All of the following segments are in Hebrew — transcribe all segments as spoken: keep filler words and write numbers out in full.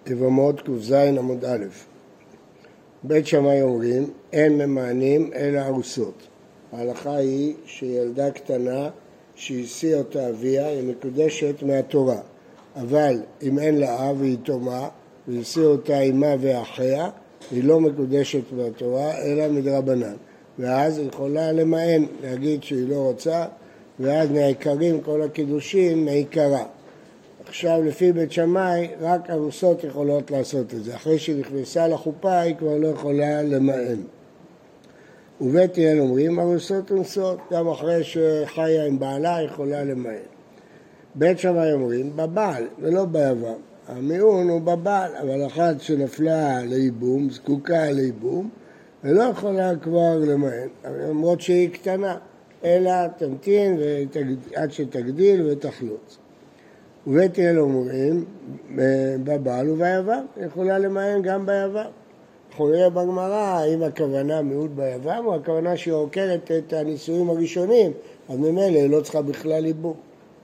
יבמות ק"ז עמוד א'. בית שמאי אומרים, אין ממאנים אלא ארוסות. ההלכה היא שילדה קטנה שהשיא אותה אביה היא מקודשת מהתורה. אבל אם אין לה אב והיא תומה והשיא אותה אמה ואחיה, היא לא מקודשת מהתורה אלא מדרבנן. ואז היא יכולה למען, להגיד שהיא לא רוצה, ואז מהעיקרים כל הקידושים מעיקרה. עכשיו לפי בית שמאי רק ארוסות יכולות לעשות את זה. אחרי שהיא נכנסה לחופה היא כבר לא יכולה למען. ובית הלל אומרים ארוסות אונסות, גם אחרי שחיה עם בעלה יכולה למען. בית שמאי אומרים בבעל ולא ביבם. המיעון הוא בבעל, אבל אחת שנפלה לייבום, זקוקה לייבום, ולא יכולה כבר למען, למרות שהיא קטנה, אלא תמתין עד שתגדיל ותחלוץ. ובית הלל אומרים בבעל וביבם, יכולה למען גם ביבם. אנחנו נראה בגמרא האם הכוונה מיעוט ביבם או הכוונה שהיא עוקרת את הנישואים הראשונים, אז ממילא היא לא צריכה בכלל ייבום.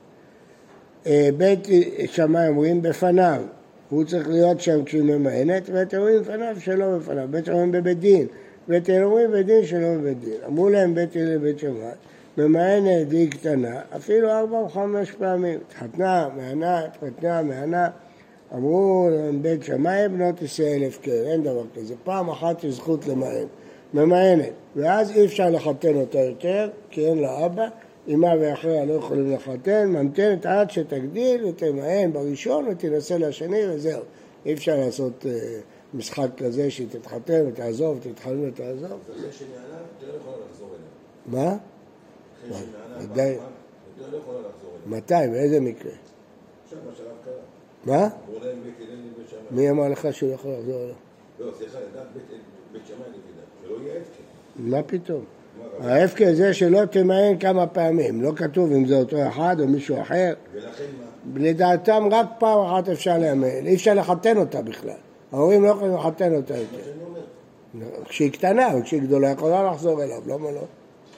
בית שמאי אומרים בפניו, הוא צריך להיות שם כשהיא ממענת, ובית אומרים בפניו שלא בפניו, בית אומרים בבית דין, בית אומרים בבית דין שלא בבית דין. אמרו להם בית הלל ובית שמאי, ממענת היא קטנה, אפילו ארבע או חמש פעמים, התחתנה, מענה, התחתנה, מענה, אמרו להם בית שמאי בנות ישראל הפקר, אין דבר כזה, פעם אחת יש זכות למען, ממענת, ואז אי אפשר לחתן אותה יותר, כי אין לה אבא, אמא ואחריה לא יכולים לחתן, ממתנת עד שתגדיל ותמען בראשון ותנסה לשני וזהו. אי אפשר לעשות uh, משחק כזה שהיא תתחתן ותעזוב, תתחתן ותעזוב. אחרי שנענה, יותר לא יכולה לחזור אליה. מה? אחרי שנענה, יותר לא יכולה לחזור אליה. מתי? באיזה מקרה? עכשיו, מה שלב קרה. מה? אמרו להם בית הלל ובית שמאי. מי אמר לך שהוא יכול לחזור אליה? לא, סליחה, לדעת בית שמאי נגדה, שלא יהיה הפקר. מה פתאום? ההפקר זה שלא תמען כמה פעמים, לא כתוב אם זה אותו אחד או מישהו אחר. ולכן מה? לדעתם רק פעם אחת אפשר להמען, אי אפשר לחתן אותה בכלל. ההורים לא יכולים לחתן אותה יותר. מה שאני אומר. כשהיא קטנה או כשהיא גדולה יכולה לחזור אליו, למה לא?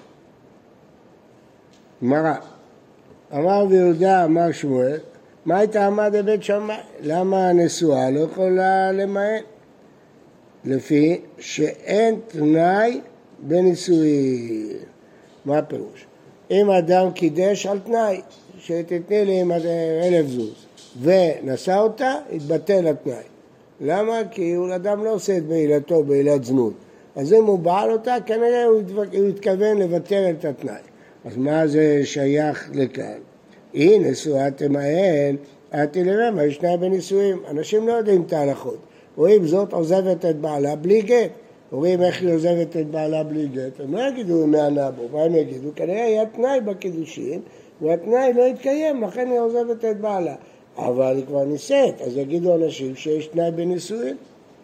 גמרא, אמר ויהודה אמר שמואל, מה הייתה עמד בבית שמאי? למה הנשואה לא יכולה למען? לפי שאין תנאי בנישואין. מה הפירוש? אם אדם קידש על תנאי, שתתני לי עם אלף זוז, ונשא אותה, התבטל התנאי. למה? כי הוא אדם לא עושה את בעילתו בעילת זנות. אז אם הוא בעל אותה, כנראה הוא, התו... הוא התכוון לבטל את התנאי. אז מה זה שייך לכאן? היא נשואה תמען, את תלממה, יש תנאי בנישואים. אנשים לא יודעים את ההלכות. רואים זאת עוזבת את בעלה בלי גט. רואים איך היא עוזבת את בעלה בלי גט. הם לא יגידו מענה בו, מה הם יגידו? כנראה היה תנאי בקידושין, והתנאי לא התקיים, לכן היא עוזבת את בעלה. אבל היא כבר נישאת, אז יגידו אנשים שיש תנאי בנישואין.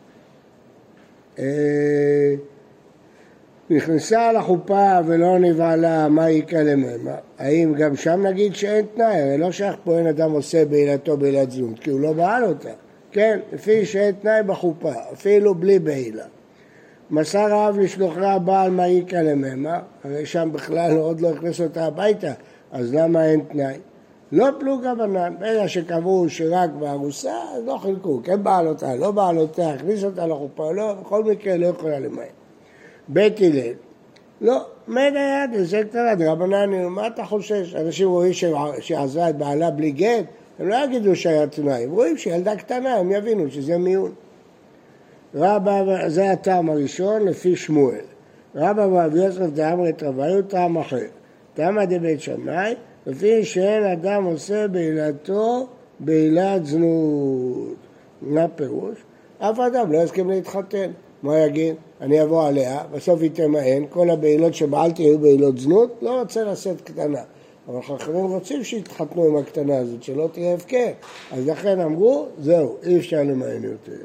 נכנסה לחופה ולא נבעלה, מה יקרה לממה? האם גם שם נגיד שאין תנאי? הרי לא שייך פה אין אדם עושה בעילתו בעילת זנות, כי הוא לא בעל אותה. כן, לפי שאין תנאי בחופה, אפילו בלי בעילה. מסר האב לשלוחי הבעל מה יקרה לממה? הרי שם בכלל עוד לא הכניס אותה הביתה, אז למה אין תנאי? לא פלוג הבנן, ברגע שקבעו שרק בארוסה, אז לא חילקו, כן בעל אותה, לא בעל אותה, הכניס אותה לחופה, לא, בכל מקרה לא יכולה למען. בית הלל, לא, מת היד, זה קטנה, רבנן, מה אתה חושש? אנשים רואים שעזרה את בעלה בלי גט, הם לא יגידו שהיה תנאי, הם רואים שילדה קטנה, הם יבינו שזה מיון. רבא, זה הטעם הראשון לפי שמואל. רבא ואבי יוסף דאמרי תרוויו טעם אחר. טעם דבית שמאי, לפי שאין אדם עושה בעילתו בעילת זנות. מה פירוש? אף אדם לא יסכים להתחתן. מה יגיד? אני אבוא עליה, בסוף היא תמען, כל הבעילות שבעלתי היו בעילות זנות, לא רוצה לשאת קטנה. אבל חכמים רוצים שיתחתנו עם הקטנה הזאת, שלא תהיה הפקר. אז לכן אמרו, זהו, אי אפשר למען יותר.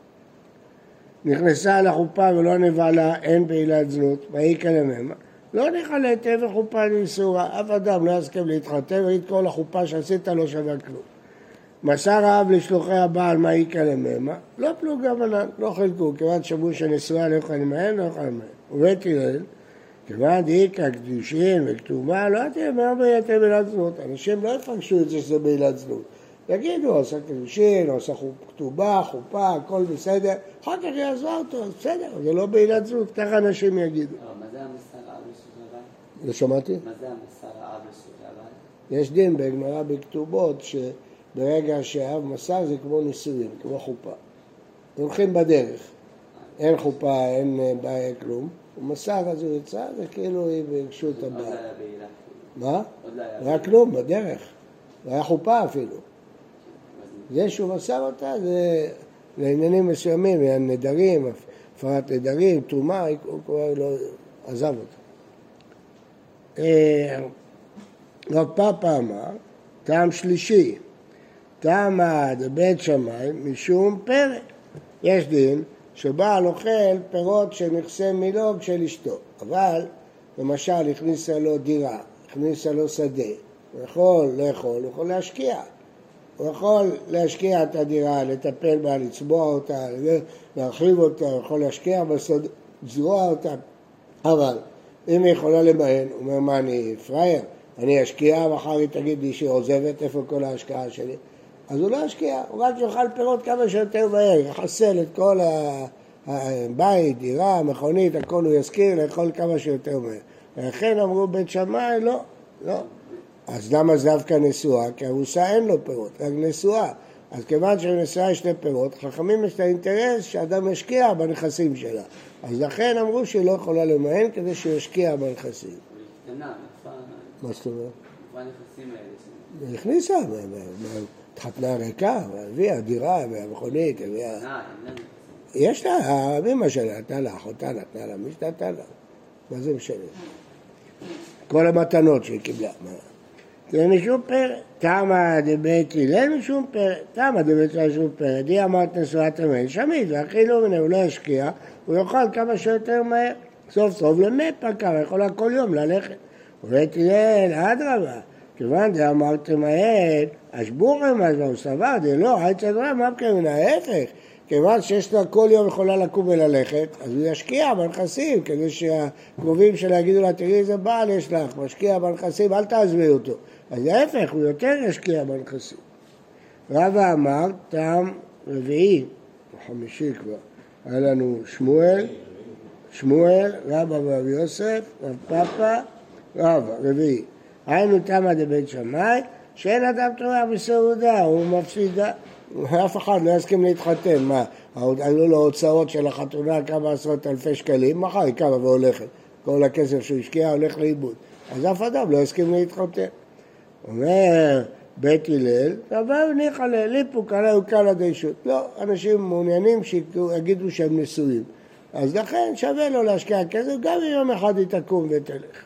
נכנסה לחופה ולא נבעלה, אין בעילת זנות, והיא כלממה. לא נכלה טבע חופה לאיסורה, אף אדם לא יסכים להתחתן, ויגיד כל החופה שעשית לא שווה כלום. מסר האב לשלוחי הבעל מה היא כלממה, לא פלוג הבנן, לא חלקו, כיוון שמעו שנשואה לא יכולה למען, לא יכולה למען. ובית הלל, כיוון דאיקה, קדושין וכתובה, לא תהיה מה בעילת בעילת זנות. אנשים לא יפגשו את זה שזה בעילת זנות. יגידו, עושה קידושין, עושה כתובה, חופה, הכל בסדר, אחר כך יעזור אותו, אז בסדר, זה לא בעילת זנות, ככה אנשים יגידו. מה זה המסר האב לסוג הבא? לא שמעתי? מה זה המסר האב לסוג הבא? יש דין בגמרא בכתובות שברגע שהאב מסר זה כמו נישואים, כמו חופה. הולכים בדרך, אין חופה, אין בעיה כלום, הוא מסר אז הוא יצא, זה כאילו היא ברשות הבאה. עוד לא היה בעילה. מה? עוד לא היה היה כלום, בדרך. לא היה חופה אפילו. זה שהוא מסר אותה זה לעניינים מסוימים, נדרים, הפרת נדרים, תרומה, הוא כבר לא עזב אותה. רב פאפא אמר, טעם שלישי, טעם דבית שמאי משום פרא. יש דין שבעל אוכל פירות של נכסי מילוג של אשתו, אבל למשל הכניסה לו דירה, הכניסה לו שדה, הוא יכול לאכול, הוא יכול להשקיע. הוא יכול להשקיע את הדירה, לטפל בה, לצבוע אותה, להרחיב אותה, הוא יכול להשקיע בשדה, לזרוע אותה. אבל אם היא יכולה למהן, הוא אומר, מה אני פרייר? אני אשקיע, ואחר היא תגיד לי שהיא עוזבת, איפה כל ההשקעה שלי? אז הוא לא אשקיע, הוא רק יאכל פירות כמה שיותר מהר, יחסל את כל הבית, דירה, מכונית, הכל הוא יזכיר, לאכול כמה שיותר מהר. ולכן אמרו בית שמאי, לא, לא. אז למה זה דווקא נשואה? כי ארוסה אין לו פירות, רק נשואה. אז כיוון שבנשואה יש שני פירות, חכמים יש את האינטרס שאדם ישקיע בנכסים שלה. אז לכן אמרו שהיא לא יכולה למהן כדי שהוא ישקיע בנכסים. היא קטנה, מה זאת אומרת? איפה הנכסים האלה? היא הכניסה, התחתנה ריקה, הביאה דירה, והמכונית, הביאה... יש לה, אמא שלה נתנה לה, אחותה נתנה לה, מי שנתנה לה? מה זה משנה? כל המתנות שהיא קיבלה. זה משום פרא. תמה דבית הלל משום פרא. תמה דבית הלל משום פרא. די אמרת נשואת המל שמית, ואכילו ממנו, הוא לא ישקיע, הוא יאכל כמה שיותר מהר. סוף סוף למפה כמה, יכולה כל יום ללכת. ובית הלל, אדרבה. כיוון זה אמרתם מהר, אשבורכם, אז הוא סבר, זה לא, היית סדרה, מה בכם, ההפך. כיוון שיש לה כל יום יכולה לקום וללכת, אז הוא ישקיע בנכסים, כדי שהקרובים שלה יגידו לה, תראי איזה בעל יש לך, משקיע בנכסים, אל תעזבי אותו. אז ההפך, הוא יותר ישקיע בנכסים. רבא אמר, טעם רביעי, חמישי כבר, היה לנו שמואל, שמואל, רבא ורבי יוסף, רב פאפא, רבא, רביעי. היינו תמה דבית שמאי, שאין אדם תורה בסעודה, הוא מפסידה. אף אחד לא יסכים להתחתן, מה, היו לו הוצאות של החתונה כמה עשרות אלפי שקלים, מחר היא קמה והולכת, כל הכסף שהוא השקיע הולך לאיבוד, אז אף אדם לא יסכים להתחתן. אומר בית הלל, אבל ניחא ליפו קלה וקלה דישות, לא, אנשים מעוניינים שיגידו שהם נשואים, אז לכן שווה לו להשקיע כסף, גם אם יום אחד היא תקום ותלך.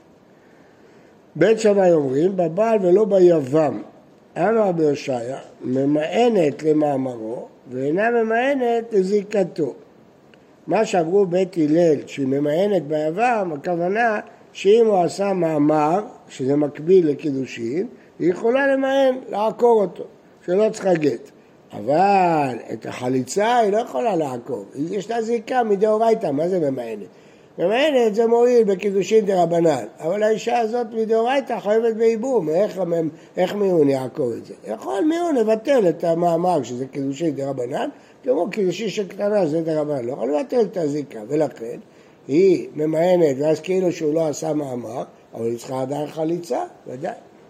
בית שמאי אומרים, בבעל ולא ביבם, אמר בהושעיה, ממאנת למאמרו ואינה ממאנת לזיקתו. מה שאמרו בית הלל שהיא ממאנת ביבם, הכוונה שאם הוא עשה מאמר, שזה מקביל לקידושין, היא יכולה למאן, לעקור אותו, שלא צריכה גט. אבל את החליצה היא לא יכולה לעקור, יש לה זיקה מדאורייתא, מה זה ממאנת? ממאנת זה מועיל בקידושין דרבנן, אבל האישה הזאת מדאורייתא חייבת בייבום, איך, איך מיון יעקור את זה? יכול מיון לבטל את המאמר שזה קידושין דרבנן, כמו קידושין של קטנה זה דרבנן, לא יכול לבטל את הזיקה, ולכן היא ממאנת, ואז כאילו שהוא לא עשה מאמר, אבל היא צריכה עדיין חליצה, ודאי.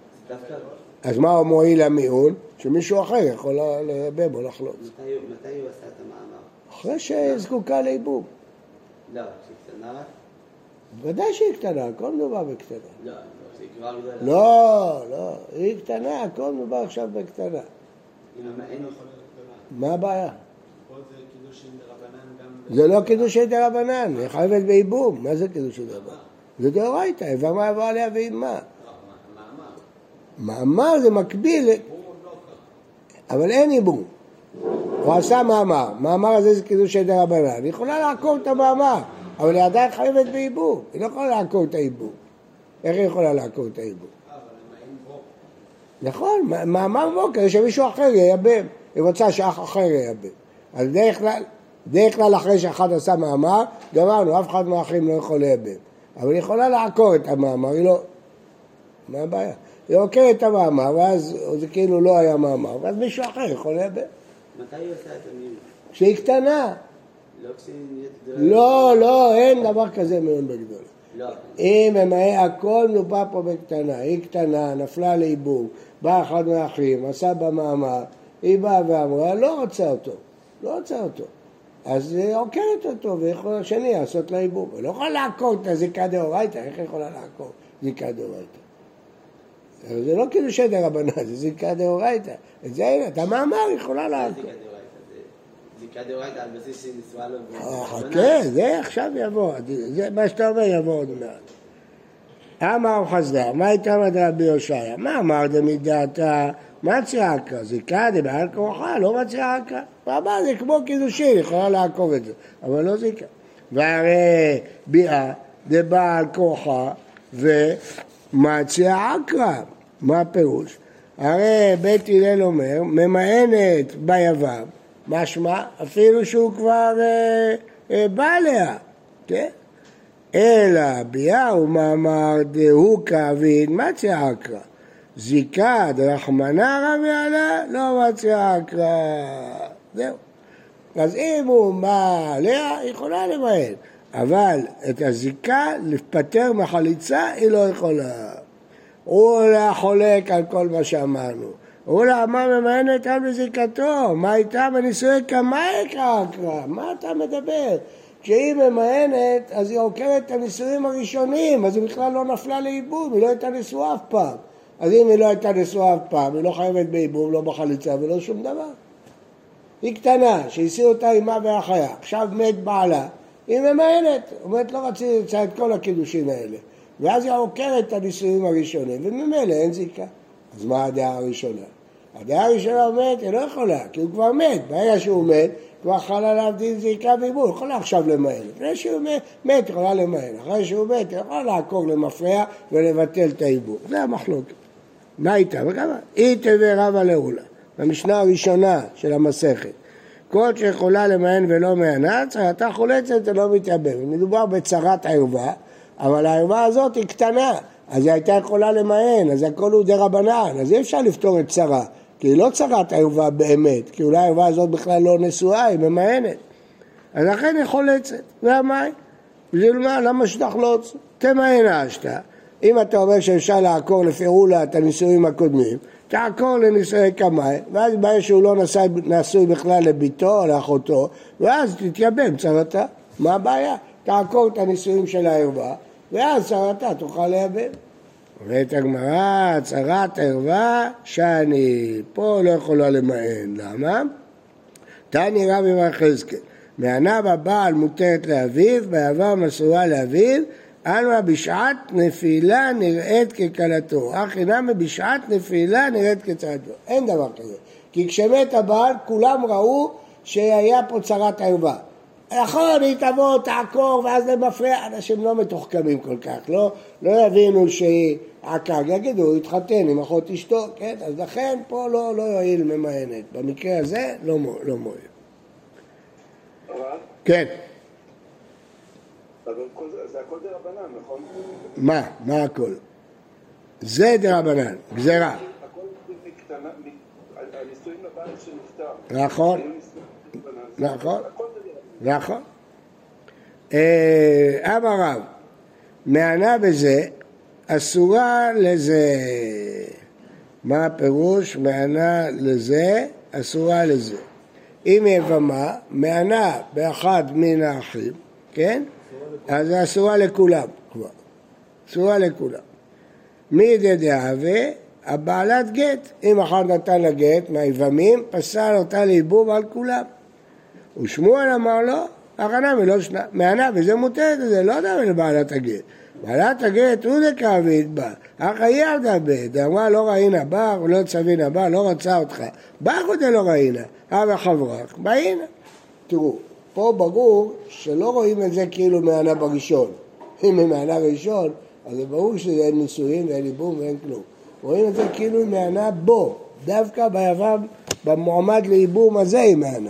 אז מה הוא מועיל למיון? שמישהו אחר יכול לייבם או לחלוץ. מתי הוא עשה את המאמר? אחרי שזקוקה לייבום. לא, שהיא קטנה רק? ודאי שהיא קטנה, הכל מדובר בקטנה. לא, שהיא כבר גדולה. לא, לא, היא קטנה, הכל מדובר עכשיו בקטנה. אם אין יכול להיות מה הבעיה? פה זה קידושין דרבנן גם... זה לא קידושין דרבנן, היא חייבת בייבום. מה זה קידושין דרבנן? זה דאורייתא, איבר מה עבר עליה ועם מה? מאמר. מאמר זה מקביל, אבל אין ייבום. הוא עשה מאמר, מאמר הזה זה קידושין דרבנן, היא יכולה לעקור את המאמר, אבל היא עדיין חייבת בייבום, היא לא יכולה לעקור את הייבום. איך היא יכולה לעקור את הייבום? נכון, מאמר בו, כדי שמישהו אחר ייבם, היא רוצה שאח אחר ייבם. אז דרך כלל, דרך כלל אחרי שאחד עשה מאמר, גמרנו, אף אחד מהאחרים לא יכול לייבם. אבל היא יכולה לעקור את המאמר, היא לא... מה הבעיה? היא עוקרת את המאמר, ואז זה כאילו לא היה מאמר, ואז מישהו אחר יכול לאבד. מתי היא עושה את המיון? כשהיא קטנה. לא כשהיא נהיית גדולה? לא, לא, אין דבר כזה מיון בגדולה. לא. אם ממאי הכל נובע פה בקטנה, היא קטנה, נפלה לאיבום, בא אחד מהאחים, עשה במאמר, היא באה ואמרה, לא רוצה אותו, לא רוצה אותו. אז היא עוקרת אותו, ויכול השני לעשות לה איבום. היא לא יכולה לעקור את הזיקה דאורייתא, איך היא יכולה לעקור זיקה דאורייתא? זה לא כאילו שדר רבנן, זה זיקה דאורייתא. את זה אין, את המאמר יכולה לעקור. זיקה דאורייתא על בסיס שהיא נשואה לו. חכה, זה עכשיו יבוא, זה מה שאתה אומר יבוא עוד מעט. אמר חסדה, מה הייתה מדרבי יושעיה? מה אמר דמידעתה? מה ציעקה? זיקה דבעל כורחה, לא מה ציעקה. ואמר זה כמו קידושין, יכולה לעקוב את זה, אבל לא זיקה. והרי ביאה דבעל כורחה ומה ציעקה? מה הפירוש? הרי בית הלל אומר, ממאנת ביבם, משמע, אפילו שהוא כבר אה, אה, בא עליה, כן? אלא ביאה הוא מאמר דהו כאבין, מה ציעקה? זיקה דרחמנה רבי עליה, לא מצא אקרא. זהו. אז אם הוא מה עליה, היא יכולה למען. אבל את הזיקה לפטר מחליצה היא לא יכולה. הוא לא חולק על כל מה שאמרנו. הוא לא אמר ממאנת על בזיקתו. מה הייתה בנישואי כמה יקרא אקרא? מה אתה מדבר? כשהיא ממאנת, אז היא עוקרת את הנישואים הראשונים, אז היא בכלל לא נפלה לאיבום, היא לא הייתה נשואה אף פעם. אז אם היא לא הייתה נשואה אף פעם, היא לא חייבת באיבום, לא בחליצה ולא שום דבר. היא קטנה, שהסיעו אותה אימה והחיה, עכשיו מת בעלה, היא ממאנת, אומרת לא רציתי לצא את כל הקידושים האלה. ואז היא עוקרת את הנישואים הראשונים, וממילא אין זיקה. אז מה הדעה הראשונה? הדעה הראשונה אומרת, היא לא יכולה, כי הוא כבר מת, ברגע שהוא מת, כבר חל עליו דין זיקה ואיבום, היא יכולה עכשיו למאן. לפני שהוא מת, מת יכולה למאן. אחרי שהוא מת, היא יכולה לעקור למפרע ולבטל את האיבום. זה המחלוקת. מה איתה? וכמה? היא תביא רבה לעולה. במשנה הראשונה של המסכת. כל שיכולה למאן ולא מאנה, צרתה חולצת ולא מתייבם. מדובר בצרת ערווה, אבל הערווה הזאת היא קטנה, אז היא הייתה יכולה למאן, אז הכל הוא דרבנן, אז אי אפשר לפתור את צרה. כי היא לא צרת ערווה באמת, כי אולי הערווה הזאת בכלל לא נשואה, היא ממאנת. אז לכן היא חולצת. והמאי? בשביל מה? למה שתחלוץ? תמאנה אשתה. אם אתה אומר שאפשר לעקור לפעולה את הנישואים הקודמים, תעקור לנישואי קמאי, ואז בעיה שהוא לא נשא, נשוי בכלל לביתו או לאחותו, ואז תתייבם צרתה. מה הבעיה? תעקור את הנישואים של הערווה, ואז צרתה תוכל לייבם. ואת הגמרא, צרת ערווה, שאני פה לא יכולה למען. למה? תני רבי בר יחזקאל, מענה בבעל מותרת לאביו, בעבר מסורה לאביו, עלמא בשעת נפילה נראית כקלתו. אך אינם בשעת נפילה נראית כצרתו. אין דבר כזה. כי כשמת הבעל כולם ראו שהיה פה צרת ערווה. נכון, היא תבוא, תעקור, ואז למפרע, אנשים לא מתוחכמים כל כך, לא, לא יבינו שהיא עקר, יגידו, הוא התחתן עם אחות אשתו, כן? אז לכן פה לא, לא יועיל ממאנת. במקרה הזה לא, לא מועיל. כן. אבל זה הכל דרבנן, נכון? מה? מה הכל? זה דרבנן, גזירה. הכל מקטנה, הנישואים לבעל שנפטר. נכון. נכון. נכון. אמר רב, מענה בזה, אסורה לזה. מה הפירוש? מענה לזה, אסורה לזה. אם יבמה, מענה באחד מן האחים, כן? אז זה אסורה לכולם כבר. אסורה לכולם. מי דדהווה? הבעלת גט. אם אחד נתן לה גט מהיבמים, פסל אותה לאיבום על כולם. ושמואל אמר לו, הכנה מלא שנה, מענה, וזה מותרת את זה, לא דמה לבעלת הגט. בעלת הגט הוא דקאבית בה, אך היא עבדה בית, אמרה לא ראינה בר, לא צבינה בר, לא רצה אותך, בר עוד לא ראינה, אבא חברך, באינה. תראו, פה ברור שלא רואים את זה כאילו מענה בראשון. אם היא מענה ראשון, אז זה ברור שזה אין נישואים ואין ליבום ואין כלום. רואים את זה כאילו היא מענה בו, דווקא ביבם, במועמד ליבום הזה היא מענה.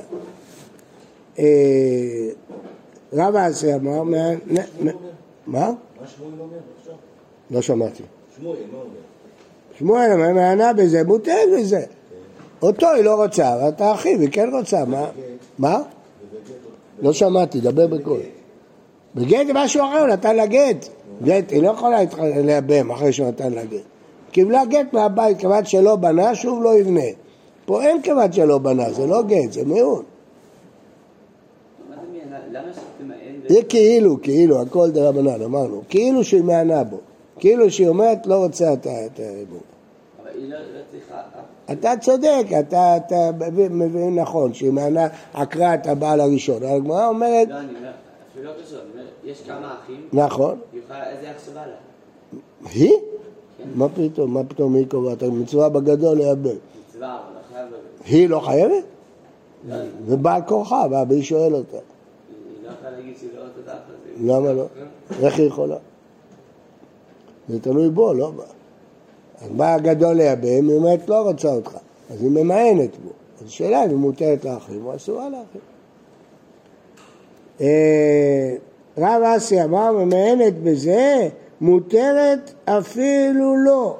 רב אסי אמר, מה? מה שמואל אומר עכשיו? לא שמעתי. שמואל, מה שמואל מהנה בזה, מותר בזה. אותו היא לא רוצה, אבל אתה אחיו, היא כן רוצה, מה? מה? לא שמעתי, דבר בקול. בגט זה משהו אחר, הוא נתן לה גט. גט, היא לא יכולה להיבם אחרי שהוא נתן לה גט. קיבלה גט מהבית, כיוון שלא בנה, שוב לא יבנה. פה אין כיוון שלא בנה, זה לא גט, זה מיעון. זה כאילו, כאילו, הכל דרבנן, אמרנו. כאילו שהיא מענה בו. כאילו שהיא אומרת, לא רוצה את הריבון. אבל היא לא צריכה... אתה צודק, אתה, אתה מבין נכון, שהיא מענה עקרה את הבעל הראשון. הגמרא אומרת... לא, אני אומר, אפילו לא קשור, אני אומר, יש כמה אחים... נכון. היא יכולה, איזה אח שבא לה? היא? מה פתאום, מה פתאום היא קובעת? מצווה בגדול להיאבד. מצווה, אבל לא חייב... היא לא חייבת? זה בעל כורחה, והיא שואל אותה. היא לא יכולה להגיד שהיא לא רוצה את האח הזה. למה לא? איך היא יכולה? זה תלוי בו, לא בא. אז בא הגדול ליבם, היא אומרת לא רוצה אותך, אז היא ממאנת בו. אז השאלה אם היא מותרת לאחים או אסורה לאחים. רב אסי אמר, ממאנת בזה, מותרת אפילו לא.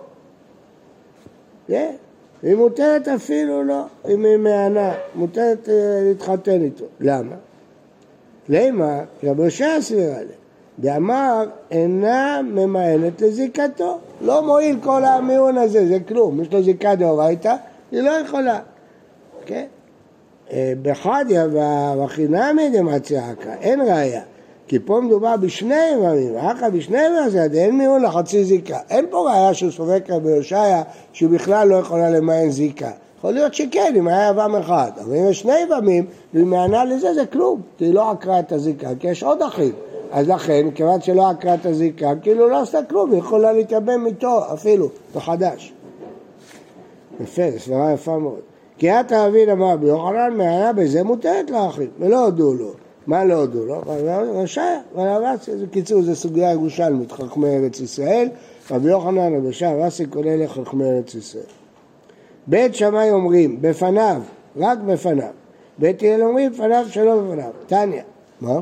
היא מותרת אפילו לא, אם היא מענה, מותרת להתחתן איתו. למה? למה? רבי הושע סביר עליה. ואמר, אינה ממאנת לזיקתו. לא מועיל כל המיון הזה, זה כלום. יש לו זיקה דאורייתא, היא לא יכולה. כן? בחדיא והחינמי דמצעקה, אין ראיה. כי פה מדובר בשני ימים, אחר בשני ימים, אין מיון לחצי זיקה. אין פה ראיה שהוא סובק רבי הושע, שהוא בכלל לא יכולה למען זיקה. יכול להיות שכן, אם היה יבם אחד. אבל אם יש שני יבמים, והיא מענה לזה, זה כלום. כי היא לא עקרה את הזיקה, כי יש עוד אחים. אז לכן, כיוון שלא עקרה את הזיקה, כאילו לא עשתה כלום, היא יכולה להתאבם איתו אפילו, מחדש. יפה, זו סברה יפה מאוד. כי את האבין אמר ביוחנן, מענה בזה מותרת לאחים, ולא הודו לו. מה לא הודו לו? רשאי, בקיצור, זו סוגיה ירושלמית, חכמי ארץ ישראל, רבי יוחנן, רבי ישע, רסי כולל לחכמי ארץ ישראל. בית שמאי אומרים, בפניו, רק בפניו. בית הלל אומרים, בפניו שלא בפניו. תניא. מה?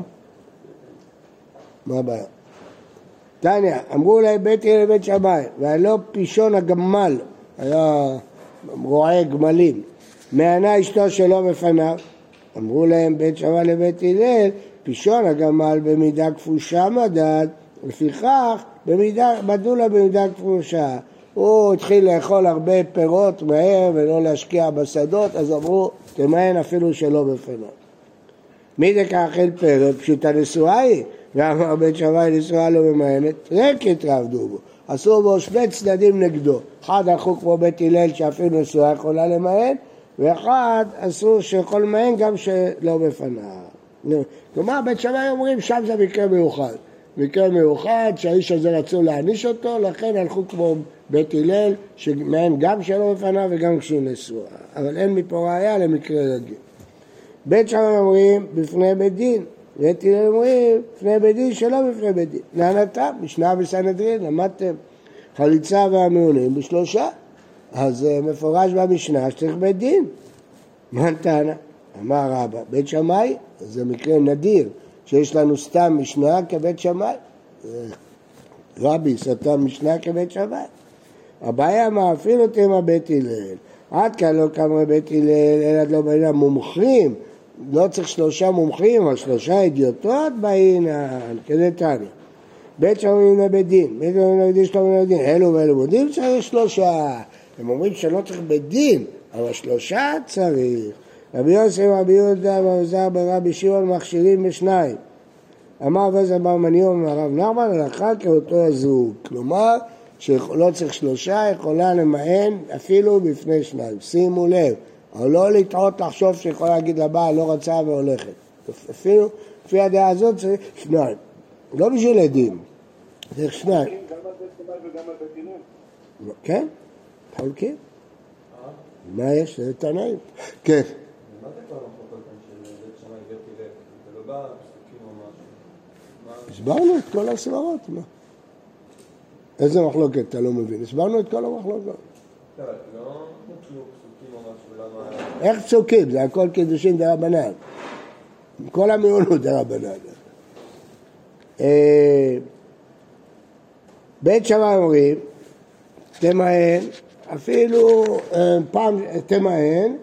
מה הבעיה? תניא, אמרו להם בית הלל לבית שמאי, והלא פישון הגמל, היה רועה גמלים, מענה אשתו שלא בפניו. אמרו להם בית שמאי לבית הלל, פישון הגמל במידה כפושה מדד, לפיכך במידה, מדעו לה במידה כפושה. הוא התחיל לאכול הרבה פירות מהר ולא להשקיע בשדות, אז אמרו, תמהן אפילו שלא בפניו. מי זה כאכל פרק? פשוטה נשואה היא. ואמר בית שמאי נשואה לא ממהנת, רק התרעבדו בו. עשו בו שני צדדים נגדו. אחד הלכו כמו בית הלל שאפילו נשואה יכולה למהן, ואחד אסור שיכול למהן גם שלא בפניו. כלומר, בית שמאי אומרים, שם זה מקרה מיוחד. מקרה מיוחד שהאיש הזה רצו להעניש אותו, לכן הלכו כמו בית הלל, שמהן גם שלא בפניו וגם כשהוא נשואה. אבל אין מפה ראיה למקרה רגיל. בית שמאי אומרים, בפני בית דין. בית הלל אומרים, בפני בית דין שלא בפני בית דין. לענתם, משנה בסנהדרין, למדתם חליצה והמעונים בשלושה. אז מפורש במשנה שצריך בית דין. מה נתנה? אמר רבא, בית שמאי, זה מקרה נדיר, שיש לנו סתם משנה כבית שמאי. רבי סתם משנה כבית שמאי. הבעיה מה אפילו תמה בית הלל. עד כאן לא כמה בית הלל, אלא לא בעינה מומחים. לא צריך שלושה מומחים, אבל שלושה אדיוטות בעינה, כזה תניא. בית שמאי לבית דין, בית שמאי לבית דין שלום לבית דין, אלו ואלו בודים צריך שלושה. הם אומרים שלא צריך בית דין, אבל שלושה צריך. רבי יוסף, רבי יהודה, רבי זר ברבי שמעון מכשירים בשניים. אמר וזר בר מניום הרב נחמן, הלכה כאותו הזוג. כלומר, שלא צריך שלושה, יכולה למען אפילו בפני שניים. שימו לב, אבל לא לטעות לחשוב שיכולה להגיד לבעל לא רצה והולכת. אפילו, לפי הדעה הזאת צריך שניים. לא בשביל עדים, צריך שניים. גם על בית שמאי וגם על בית הלל. כן, חולקים. מה יש? זה תנאים. כן. מה זה כבר המחלוקות של בית שמאי ובית הלל? זה לא בא פסוקים או משהו? הסברנו את כל הסברות, מה? איזה מחלוקת אתה לא מבין? הסברנו את כל המחלוקות. לא, לא פסוקים או משהו, למה... איך פסוקים? זה הכל קידושין דרבנן. כל המיעונות דרבנן. בית שמאי אומרים, תמהן, אפילו פעם תמהן,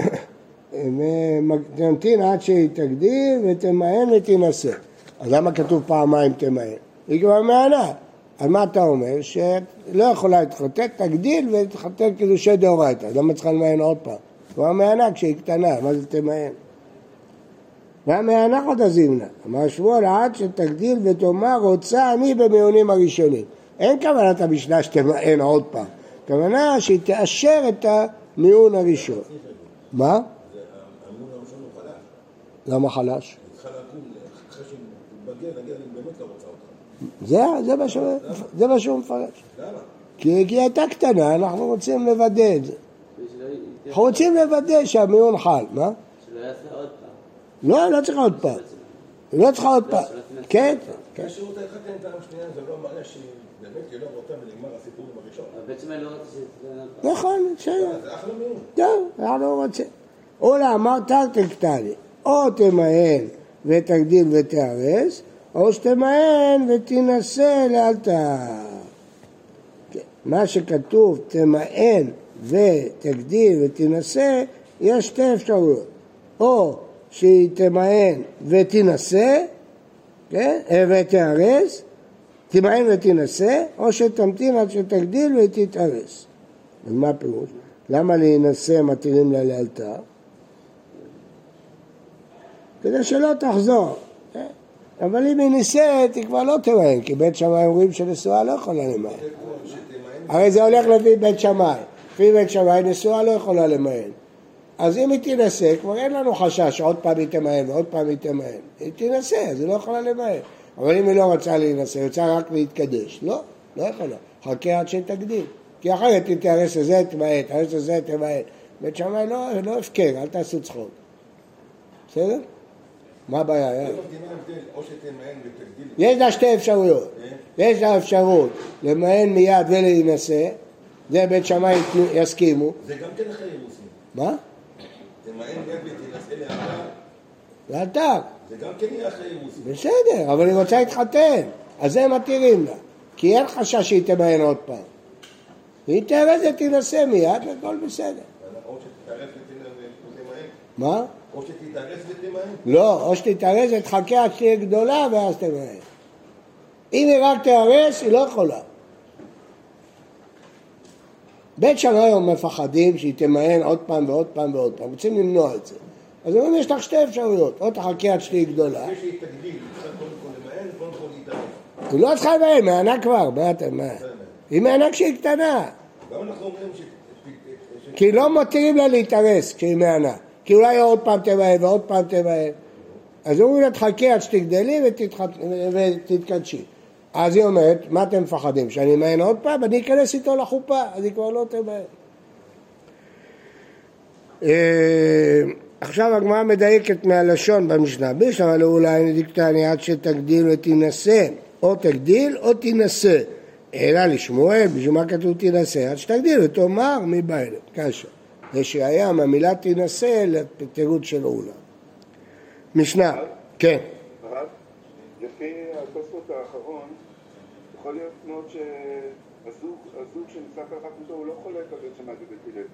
תמתין עד שהיא תגדיל ותמהן ותינשא. אז למה כתוב פעמיים תמהן? היא כבר מהנה. אז מה אתה אומר? שלא יכולה להתחתן, תגדיל ותחתן קידושי דאורייתא. אז למה צריכה למהן עוד פעם? כבר מהנה כשהיא קטנה, מה זה תמהן? והמהנה עוד הזימנה. אמר שמואל עד שתגדיל ותאמר רוצה אני במיונים הראשונים. אין כוונת המשנה שתמהן עוד פעם. כוונה שהיא תאשר את המיון הראשון. מה? המיון הראשון הוא חלש. למה חלש? היא צריכה לקום, אחרי שהיא תתבגר, נגיד, אני באמת לא רוצה אותה. זה מה שהוא מפרש. למה? כי היא הייתה קטנה, אנחנו רוצים לוודא את זה. אנחנו רוצים לוודא שהמיון חל. מה? שלא יעשה עוד פעם. לא, לא צריכה עוד פעם. לא צריכה עוד פעם. כן? זה שהוא תחתן את העם שנייה, זה לא מראה שהיא באמת היא לא רוצה ונגמר הסיפור עם הראשון. בעצם אני לא רוצה שזה... נכון, בסדר. זה אחלה מיון. טוב, אנחנו לא רוצים. אולה אמר תרתי קטני, או תמהן ותגדיל ותארס, או שתמהן ותינשא לאלתר. מה שכתוב תמהן ותגדיל ותינשא, יש שתי אפשרויות. או שהיא תמהן ותינשא, כן? ותארס, תמהן ותינשא, או שתמתין עד שתגדיל ותתארס. אז מה הפירוש? למה להינשא מתירים לה לאלתר? כדי שלא תחזור. אבל אם היא נישאת, היא כבר לא תמהן, כי בית שמאי אומרים שנשואה לא יכולה למהן. הרי זה הולך לפי בית שמאי. לפי בית שמאי נשואה לא יכולה למהן. אז אם היא תינשא, כבר אין לנו חשש שעוד פעם היא תמהן ועוד פעם היא תמהן. היא תינשא, אז היא לא יכולה למהן. אבל אם היא לא רוצה להינשא, היא רוצה רק להתקדש. לא, לא יכולה. חכה עד שתגדיל. כי אחרת היא תארס לזה תמהן, תארס לזה תמהן. בית שמאי לא, לא הפקר, אל תעשו צחוק. בסדר? מה הבעיה? או שתמהן ותגדיל. יש לה שתי אפשרויות. יש לה אפשרות למהן מיד ולהינשא. זה בית שמאי יסכימו. זה גם כן אחרי אירוסין. מה? תמהן מיד ותינשא לאלתר. לאלתר. זה גם כן יהיה אחרי אירוסין. בסדר, אבל היא רוצה להתחתן. אז זה מתירים לה. כי אין חשש שהיא תמהן עוד פעם. היא תארס ותינשא מיד והכל בסדר. או שתתארס ותמהן. מה? או שתתארס ותמהן. לא, או שתתארס ותחכה עד שתהיה גדולה ואז תמהן. אם היא רק תארס, היא לא יכולה. בית שמאי מפחדים שהיא תמהן עוד פעם ועוד פעם ועוד פעם. רוצים למנוע את זה. אז אומרים, יש לך שתי אפשרויות. או תחכה עד שתהיה גדולה. אחרי שהיא תגדיל, היא צריכה קודם כל למהן, קודם כל להתארס. היא לא צריכה למהן, מהנה כבר. מה אתה מה? היא מהנה כשהיא קטנה. גם אנחנו אומרים ש... כי לא מתירים לה להתארס כשהיא מהנה. כי אולי עוד פעם תמהן ועוד פעם תמהן. אז אומרים לה, תחכה עד שתגדלי ותתקדשי. אז היא אומרת, מה אתם מפחדים? שאני אמהן עוד פעם? אני אכנס איתו לחופה, אז היא כבר לא תמהן. עכשיו הגמרא מדייקת מהלשון במשנה. בישלמה לאולי נדיקתני עד שתגדיל ותינשא, או תגדיל או תינשא. אלא לשמואל, בשביל מה כתוב תינשא? עד שתגדיל ותאמר מי בא אליו. קשה. יש ראיה מהמילה תינשא לתירוץ של אולה. משנה, כן. הרב, לפי התוספות האחרון, יכול להיות מאוד שהזוג שניסה ככה פתאום הוא לא חולק על בית שמאי ובית הלל.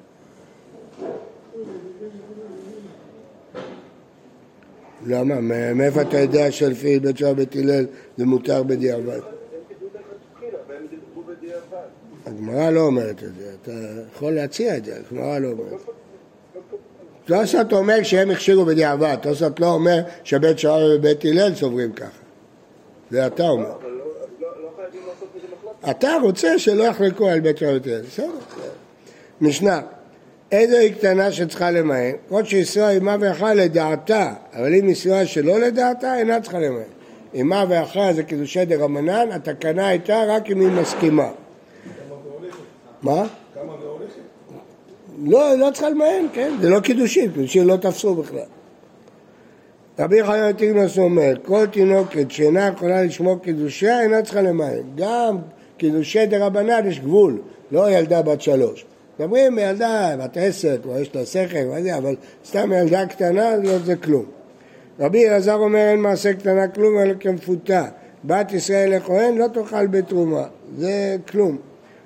למה? מאיפה אתה יודע שלפי בית שמאי ובית הלל זה מותר בדיעבד? הם קידו דרך התחילה, והם דיברו בדיעבד. הגמרא לא אומרת את זה, אתה יכול להציע את זה, הגמרא לא אומרת. תוספות אומר שהם הכשירו בדיעבד, תוספות לא אומר שבית שמאי ובית הלל סוברים ככה. זה אתה אומר. אבל לא חייבים לעשות מזה מחלקה. אתה רוצה שלא יחלקו על בית שמאי ובית הלל, בסדר. משנה, איזו היא קטנה שצריכה למהן? כל שישראל אימה ואחרה לדעתה, אבל אם ישראל שלא לדעתה, אינה צריכה למהן. אימה ואחרה זה קידושי דרבנן, התקנה הייתה רק אם היא מסכימה. מה? כמה והולכת? לא, לא צריכה למהן, כן? זה לא קידושים, קידושים לא תפסו בכלל. רבי חיים תיגנוס אומר, כל תינוקת שאינה יכולה לשמור קידושיה, אינה צריכה למהן. גם קידושי דרבנן יש גבול, לא ילדה בת שלוש. מדברים מילדה בת עשר, כבר יש לה שכל, אבל סתם ילדה קטנה, לא זה כלום. רבי אלעזר אומר, אין מעשה קטנה כלום, אלא כמפותה. בת ישראל לכהן לא תאכל בתרומה, זה כלום.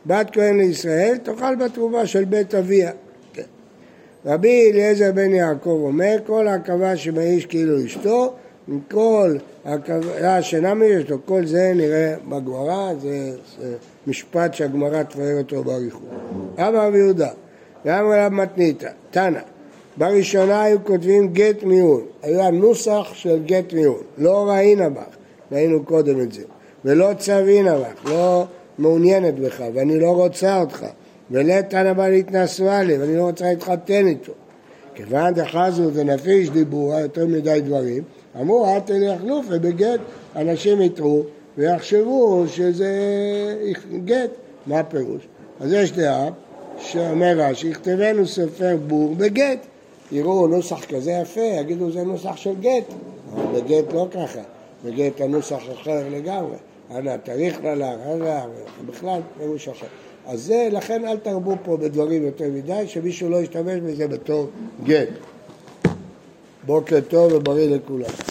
בת כהן לישראל, תאכל בתרומה של בית אביה. כן. רבי אליעזר בן יעקב אומר, כל העכבה שמאיש כאילו אשתו, כל העכבה שאינה מאשתו, כל זה נראה בגמרא, זה, זה משפט שהגמרא תבאר אותו באריכות. אמר רבי יהודה, ואמר רב מתניתא, תנא, בראשונה היו כותבים גט מיון, היה נוסח של גט מיון, לא ראינה בך, ראינו קודם את זה, ולא צווינה בך, לא מעוניינת בך, ואני לא רוצה אותך, ולתנא בא להתנשאה לי, ואני לא רוצה להתחתן איתו. כיוון דחזו ונפיש דיבור, יותר מדי דברים, אמרו, אל תלך חלוף, ובגט אנשים יתרו, ויחשבו שזה גט. מה הפירוש? אז יש דעה שאומר רש"י, יכתבנו ספר בור בגט. יראו נוסח כזה יפה, יגידו זה נוסח של גט. אבל בגט לא ככה, בגט הנוסח אחר לגמרי. אנא, תאריך ללך, בכלל פירוש אחר. אז זה, לכן אל תרבו פה בדברים יותר מדי, שמישהו לא ישתמש בזה בתור גט. בוקר טוב ובריא לכולם.